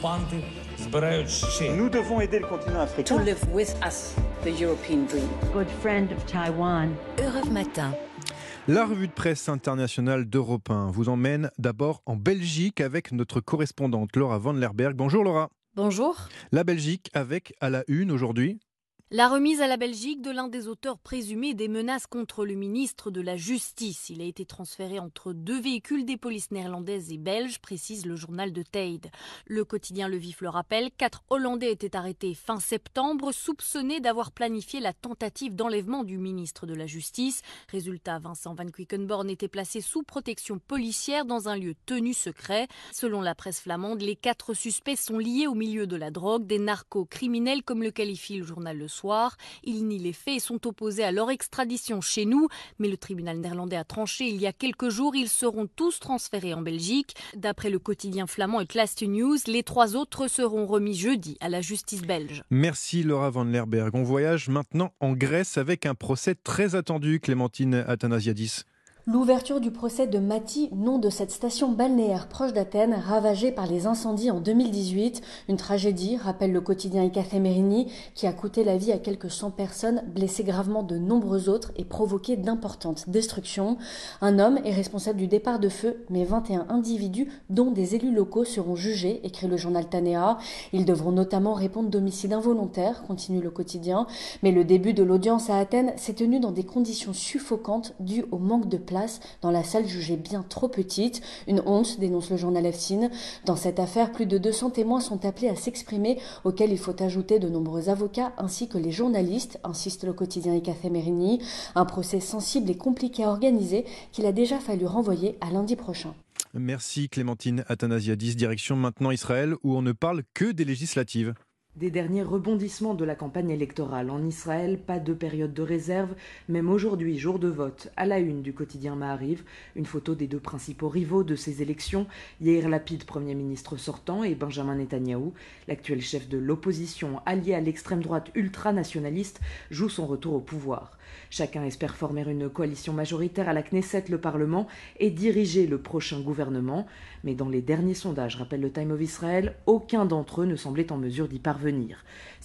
Nous devons aider le continent africain. To live with us, the European dream. Good friend of Taiwan. Europe Matin. La revue de presse internationale d'Europe 1 vous emmène d'abord en Belgique avec notre correspondante Laura Van Lerberg. Bonjour Laura. Bonjour. La Belgique avec à la une aujourd'hui la remise à la Belgique de l'un des auteurs présumés des menaces contre le ministre de la Justice. Il a été transféré entre deux véhicules des polices néerlandaises et belges, précise le journal de Tade. Le quotidien Le Vif le rappelle, 4 Hollandais étaient arrêtés fin septembre, soupçonnés d'avoir planifié la tentative d'enlèvement du ministre de la Justice. Résultat, Vincent Van Quickenborne était placé sous protection policière dans un lieu tenu secret. Selon la presse flamande, les 4 suspects sont liés au milieu de la drogue, des narco-criminels comme le qualifie le journal Le Soir. Ils nient les faits et sont opposés à leur extradition chez nous. Mais le tribunal néerlandais a tranché il y a quelques jours. Ils seront tous transférés en Belgique. D'après le quotidien flamand et Claste News, les 3 autres seront remis jeudi à la justice belge. Merci Laura Van Lerberg. On voyage maintenant en Grèce avec un procès très attendu, Clémentine Athanasiadis. L'ouverture du procès de Mati, nom de cette station balnéaire proche d'Athènes, ravagée par les incendies en 2018. Une tragédie, rappelle le quotidien Ikathemerini, qui a coûté la vie à quelques 100 personnes, blessé gravement de nombreux autres et provoqué d'importantes destructions. Un homme est responsable du départ de feu, mais 21 individus, dont des élus locaux, seront jugés, écrit le journal Tanea. Ils devront notamment répondre d'homicide involontaire, continue le quotidien. Mais le début de l'audience à Athènes s'est tenu dans des conditions suffocantes dues au manque de place dans la salle jugée bien trop petite. Une honte, dénonce le journal Efsine. Dans cette affaire, plus de 200 témoins sont appelés à s'exprimer, auxquels il faut ajouter de nombreux avocats ainsi que les journalistes, insiste le quotidien Ikathemerini. Un procès sensible et compliqué à organiser qu'il a déjà fallu renvoyer à lundi prochain. Merci Clémentine Athanasiadis. Direction maintenant Israël où on ne parle que des législatives. Des derniers rebondissements de la campagne électorale en Israël, pas de période de réserve, même aujourd'hui, jour de vote, à la une du quotidien Maariv, une photo des 2 principaux rivaux de ces élections, Yair Lapid, Premier ministre sortant, et Benjamin Netanyahou, l'actuel chef de l'opposition, allié à l'extrême droite ultranationaliste, joue son retour au pouvoir. Chacun espère former une coalition majoritaire à la Knesset, le Parlement, et diriger le prochain gouvernement. Mais dans les derniers sondages, rappelle le Time of Israel, aucun d'entre eux ne semblait en mesure d'y parvenir.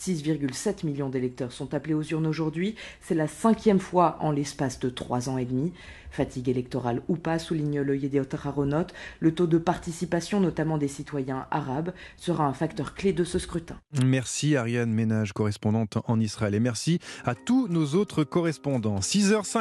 6,7 millions d'électeurs sont appelés aux urnes aujourd'hui. C'est la 5e fois en l'espace de 3 ans et demi. Fatigue électorale ou pas, souligne le Yedioth Aharonot, le taux de participation, notamment des citoyens arabes, sera un facteur clé de ce scrutin. Merci Ariane Ménage, correspondante en Israël. Et merci à tous nos autres correspondants. 6h05.